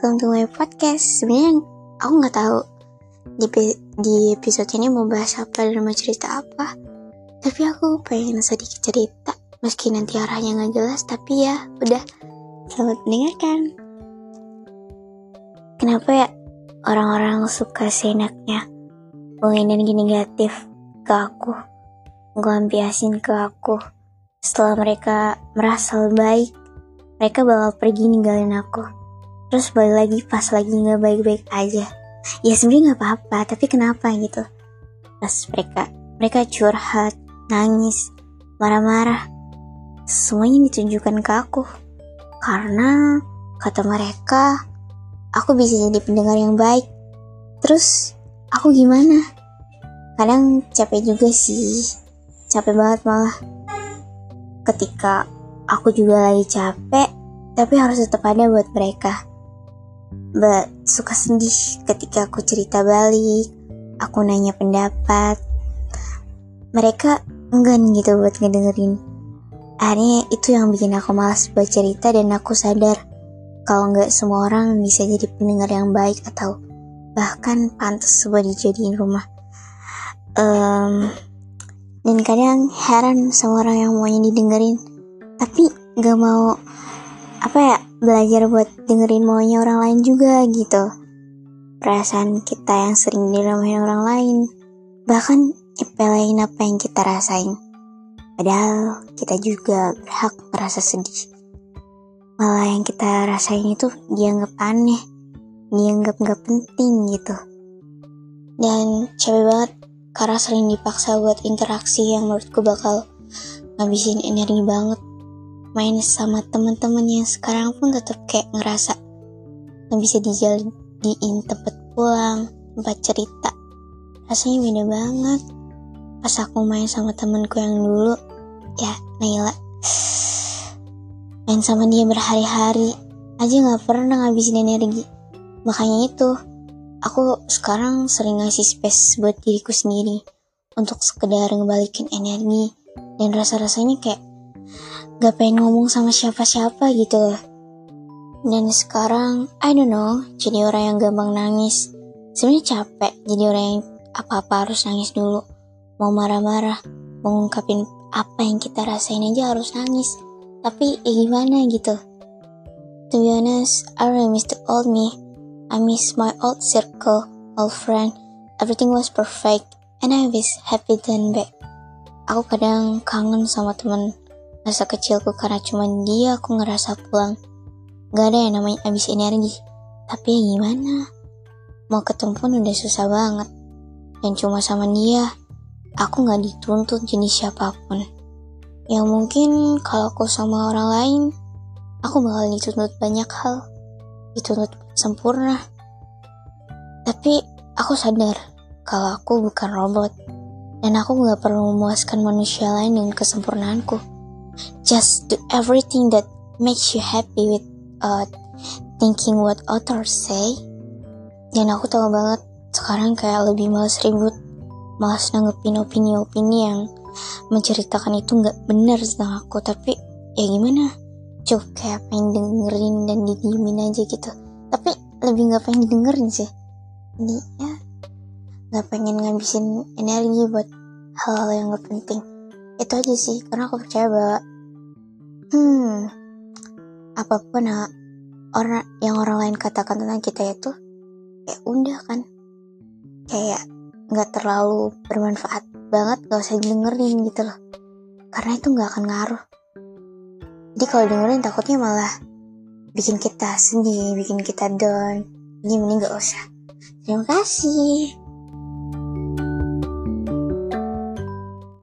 welcome to my podcast. Sebenarnya aku nggak tahu di episode ini mau bahas apa dan mau cerita apa. Tapi aku pengen sedikit cerita, meski nanti arahnya nggak jelas. Tapi ya udah, selamat mendengarkan. Kenapa ya orang-orang suka seenaknya ngomongin energi negatif ke aku, ngelampiasin ke aku? Setelah mereka merasa lebih baik, mereka bakal pergi ninggalin aku. Terus balik lagi pas lagi gak baik-baik aja. Ya sebenarnya gak apa-apa, tapi kenapa gitu. Pas mereka curhat, nangis, marah-marah, semuanya ditujukan ke aku. Karena kata mereka, aku bisa jadi pendengar yang baik. Terus aku gimana? Kadang capek juga sih, capek banget malah. Ketika aku juga lagi capek, tapi harus tetap ada buat mereka. Suka sedih ketika aku cerita balik, aku nanya pendapat. Mereka enggan gitu buat ngedengerin. Akhirnya itu yang bikin aku malas buat cerita, dan aku sadar kalau nggak semua orang bisa jadi pendengar yang baik atau bahkan pantas buat dijadiin rumah. Dan kadang heran sama orang yang maunya didengerin tapi nggak mau belajar buat dengerin maunya orang lain juga gitu. Perasaan kita yang sering diremehin orang lain, bahkan nyepelein apa yang kita rasain. Padahal kita juga berhak merasa sedih. Malah yang kita rasain itu dianggap aneh, dianggap gak penting gitu. Dan capek banget karena sering dipaksa buat interaksi yang menurutku bakal ngabisin energi banget. Main sama teman-teman yang sekarang pun tetap kayak ngerasa gak bisa dijadiin tempat pulang, tempat cerita. Rasanya beda banget. Pas aku main sama temanku yang dulu, ya Naila, main sama dia berhari-hari aja gak pernah ngabisin energi. Makanya itu, aku sekarang sering ngasih space buat diriku sendiri untuk sekedar ngebalikin energi. Dan rasa-rasanya kayak gak pengen ngomong sama siapa-siapa gitu loh. Dan sekarang, I don't know, jadi orang yang gampang nangis. Sebenarnya capek jadi orang yang apa-apa harus nangis dulu. Mau marah-marah, mau ngungkapin apa yang kita rasain aja harus nangis. Tapi ya gimana gitu. To be honest, I really miss the old me. I miss my old circle, old friend. Everything was perfect, and I was happy then back. Aku kadang kangen sama teman masa kecilku karena cuma dia aku ngerasa pulang. Gak ada yang namanya habis energi. Tapi ya gimana? Mau ketemu pun udah susah banget. Dan cuma sama dia, aku gak dituntut jadi siapapun. Ya mungkin kalau aku sama orang lain, aku bakal dituntut banyak hal. Dituntut sempurna. Tapi aku sadar kalau aku bukan robot. Dan aku gak perlu memuaskan manusia lain dengan kesempurnaanku. Just do everything that makes you happy without thinking what others say. Dan aku tahu banget sekarang kayak lebih malas ribut, malas nanggepin opini-opini yang menceritakan itu gak benar tentang aku. Tapi ya gimana, cukup kayak pengen dengerin dan didiemin aja gitu. Tapi lebih gak pengen didengerin sih. Jadi ya gak pengen ngabisin energi buat hal-hal yang gak penting. Itu aja sih, karena aku percaya bahwa apapun yang orang lain katakan tentang kita itu kayak udah kan, kayak gak terlalu bermanfaat banget, gak usah dengerin gitu loh, karena itu gak akan ngaruh. Jadi kalau dengerin takutnya malah bikin kita sedih, bikin kita down. Jadi mending gak usah. Terima kasih.